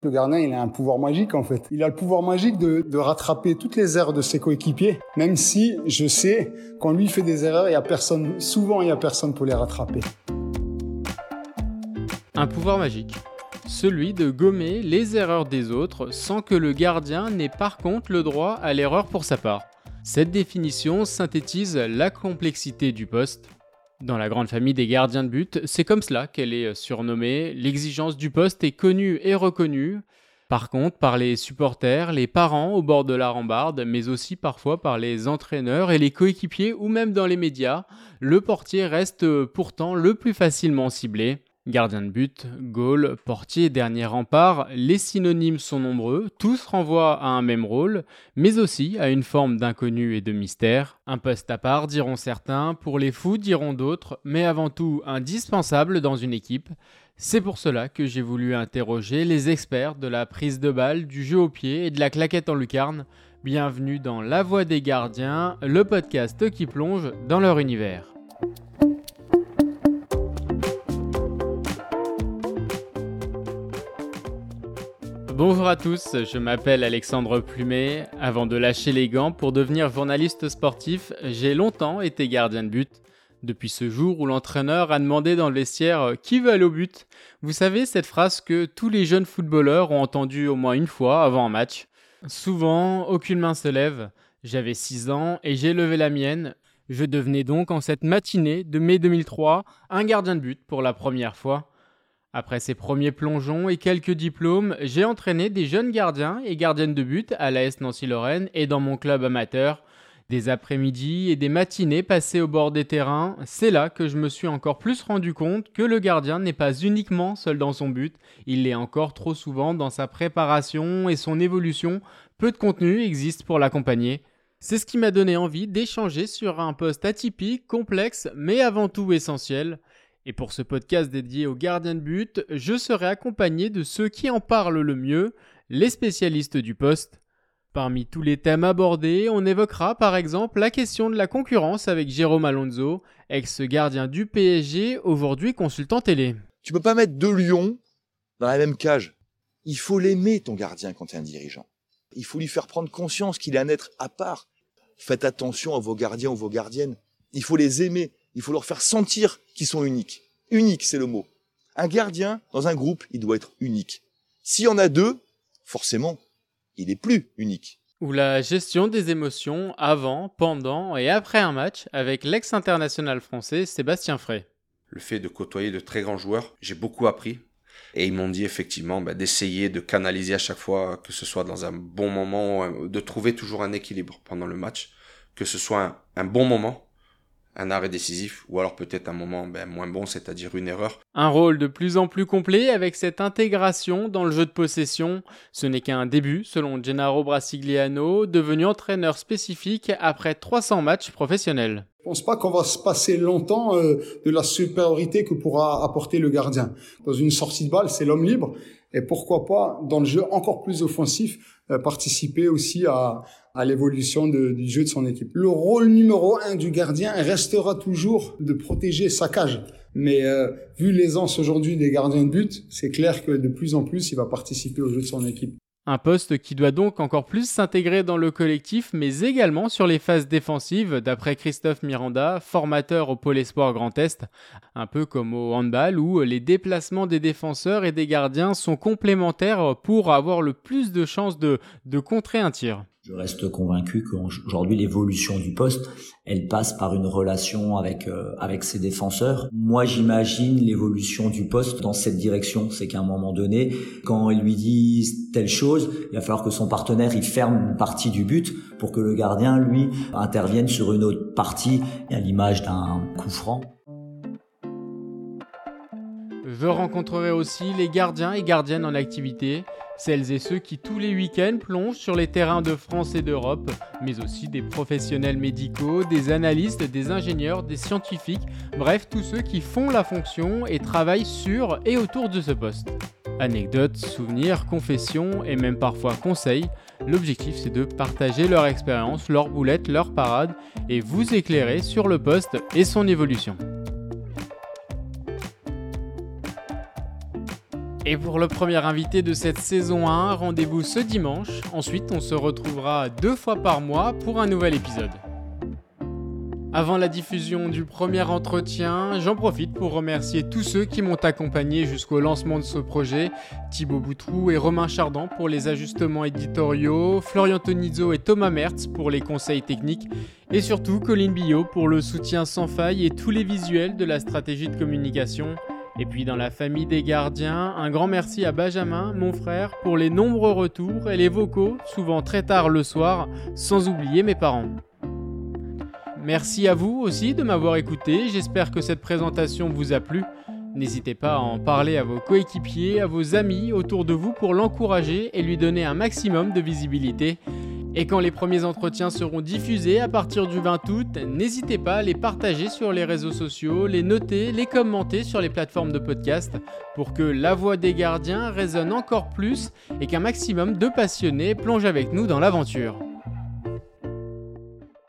Le gardien, il a un pouvoir magique en fait. Il a le pouvoir magique de rattraper toutes les erreurs de ses coéquipiers, même si je sais, quand lui fait des erreurs, il y a personne pour les rattraper. Un pouvoir magique. Celui de gommer les erreurs des autres sans que le gardien n'ait par contre le droit à l'erreur pour sa part. Cette définition synthétise la complexité du poste. Dans la grande famille des gardiens de but, c'est comme cela qu'elle est surnommée. L'exigence du poste est connue et reconnue. Par contre, par les supporters, les parents au bord de la rambarde, mais aussi parfois par les entraîneurs et les coéquipiers ou même dans les médias, le portier reste pourtant le plus facilement ciblé. Gardien de but, goal, portier, dernier rempart, les synonymes sont nombreux, tous renvoient à un même rôle, mais aussi à une forme d'inconnu et de mystère. Un poste à part, diront certains, pour les fous, diront d'autres, mais avant tout indispensable dans une équipe. C'est pour cela que j'ai voulu interroger les experts de la prise de balle, du jeu au pied et de la claquette en lucarne. Bienvenue dans La Voix des gardiens, le podcast qui plonge dans leur univers. Bonjour à tous, je m'appelle Alexandre Plumet. Avant de lâcher les gants pour devenir journaliste sportif, j'ai longtemps été gardien de but. Depuis ce jour où l'entraîneur a demandé dans le vestiaire « Qui veut aller au but ?» Vous savez, cette phrase que tous les jeunes footballeurs ont entendue au moins une fois avant un match. Souvent, aucune main se lève. J'avais 6 ans et j'ai levé la mienne. Je devenais donc en cette matinée de mai 2003 un gardien de but pour la première fois. Après ces premiers plongeons et quelques diplômes, j'ai entraîné des jeunes gardiens et gardiennes de but à l'AS Nancy-Lorraine et dans mon club amateur. Des après-midi et des matinées passées au bord des terrains, c'est là que je me suis encore plus rendu compte que le gardien n'est pas uniquement seul dans son but, il l'est encore trop souvent dans sa préparation et son évolution. Peu de contenu existe pour l'accompagner. C'est ce qui m'a donné envie d'échanger sur un poste atypique, complexe, mais avant tout essentiel. Et pour ce podcast dédié aux gardiens de but, je serai accompagné de ceux qui en parlent le mieux, les spécialistes du poste. Parmi tous les thèmes abordés, on évoquera par exemple la question de la concurrence avec Jérôme Alonso, ex-gardien du PSG, aujourd'hui consultant télé. Tu peux pas mettre 2 lions dans la même cage. Il faut l'aimer, ton gardien, quand tu es un dirigeant. Il faut lui faire prendre conscience qu'il est un être à part. Faites attention à vos gardiens ou vos gardiennes. Il faut les aimer. Il faut leur faire sentir qu'ils sont uniques. Unique, c'est le mot. Un gardien, dans un groupe, il doit être unique. S'il y en a 2, forcément, il est plus unique. Ou la gestion des émotions avant, pendant et après un match avec l'ex-international français Sébastien Frey. Le fait de côtoyer de très grands joueurs, j'ai beaucoup appris. Et ils m'ont dit effectivement d'essayer de canaliser à chaque fois, que ce soit dans un bon moment, de trouver toujours un équilibre pendant le match, que ce soit un bon moment, un arrêt décisif, ou alors peut-être un moment moins bon, c'est-à-dire une erreur. Un rôle de plus en plus complet avec cette intégration dans le jeu de possession. Ce n'est qu'un début, selon Gennaro Brassigliano, devenu entraîneur spécifique après 300 matchs professionnels. Je pense pas qu'on va se passer longtemps de la supériorité que pourra apporter le gardien. Dans une sortie de balle, c'est l'homme libre. Et pourquoi pas, dans le jeu encore plus offensif, participer aussi à l'évolution du jeu de son équipe. Le rôle numéro 1 du gardien restera toujours de protéger sa cage. Mais vu l'aisance aujourd'hui des gardiens de but, c'est clair que de plus en plus, il va participer au jeu de son équipe. Un poste qui doit donc encore plus s'intégrer dans le collectif, mais également sur les phases défensives, d'après Christophe Miranda, formateur au Pôle Espoir Grand Est, un peu comme au handball où les déplacements des défenseurs et des gardiens sont complémentaires pour avoir le plus de chances de contrer un tir. Je reste convaincu qu'aujourd'hui l'évolution du poste, elle passe par une relation avec ses défenseurs. Moi, j'imagine l'évolution du poste dans cette direction, c'est qu'à un moment donné, quand il lui dit telle chose, il va falloir que son partenaire il ferme une partie du but pour que le gardien lui intervienne sur une autre partie, à l'image d'un coup franc. Je rencontrerai aussi les gardiens et gardiennes en activité, celles et ceux qui tous les week-ends plongent sur les terrains de France et d'Europe, mais aussi des professionnels médicaux, des analystes, des ingénieurs, des scientifiques, bref, tous ceux qui font la fonction et travaillent sur et autour de ce poste. Anecdotes, souvenirs, confessions et même parfois conseils, l'objectif c'est de partager leur expérience, leurs boulettes, leurs parades et vous éclairer sur le poste et son évolution. Et pour le premier invité de cette saison 1, rendez-vous ce dimanche. Ensuite, on se retrouvera 2 fois par mois pour un nouvel épisode. Avant la diffusion du premier entretien, j'en profite pour remercier tous ceux qui m'ont accompagné jusqu'au lancement de ce projet, Thibaut Boutroux et Romain Chardon pour les ajustements éditoriaux, Florian Tonizzo et Thomas Mertz pour les conseils techniques, et surtout Colline Billot pour le soutien sans faille et tous les visuels de la stratégie de communication. Et puis dans la famille des gardiens, un grand merci à Benjamin, mon frère, pour les nombreux retours et les vocaux, souvent très tard le soir, sans oublier mes parents. Merci à vous aussi de m'avoir écouté, j'espère que cette présentation vous a plu. N'hésitez pas à en parler à vos coéquipiers, à vos amis autour de vous pour l'encourager et lui donner un maximum de visibilité. Et quand les premiers entretiens seront diffusés à partir du 20 août, n'hésitez pas à les partager sur les réseaux sociaux, les noter, les commenter sur les plateformes de podcast pour que la voix des gardiens résonne encore plus et qu'un maximum de passionnés plongent avec nous dans l'aventure.